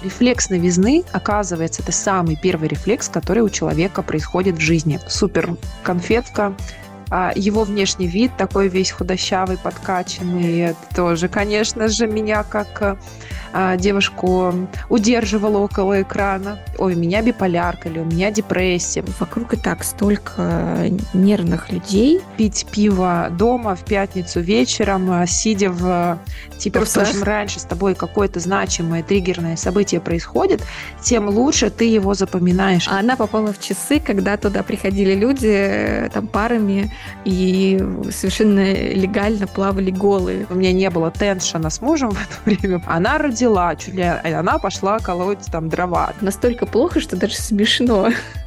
Рефлекс новизны, оказывается, это самый первый рефлекс, который у человека происходит в жизни. Супер конфетка. Его внешний вид такой весь худощавый, подкачанный. Это тоже, конечно же, меня как девушку удерживало около экрана. Ой, у меня биполярка или у меня депрессия. Вокруг и так столько нервных людей. Пить пиво дома в пятницу вечером, сидя в том раньше с тобой какое-то значимое триггерное событие происходит, тем лучше ты его запоминаешь. А она попала в часы, когда туда приходили люди там парами и совершенно легально плавали голые. У меня не было теншена с мужем в это время. Она родила, чуть ли она пошла колоть там дрова. Настолько плохо, что даже смешно.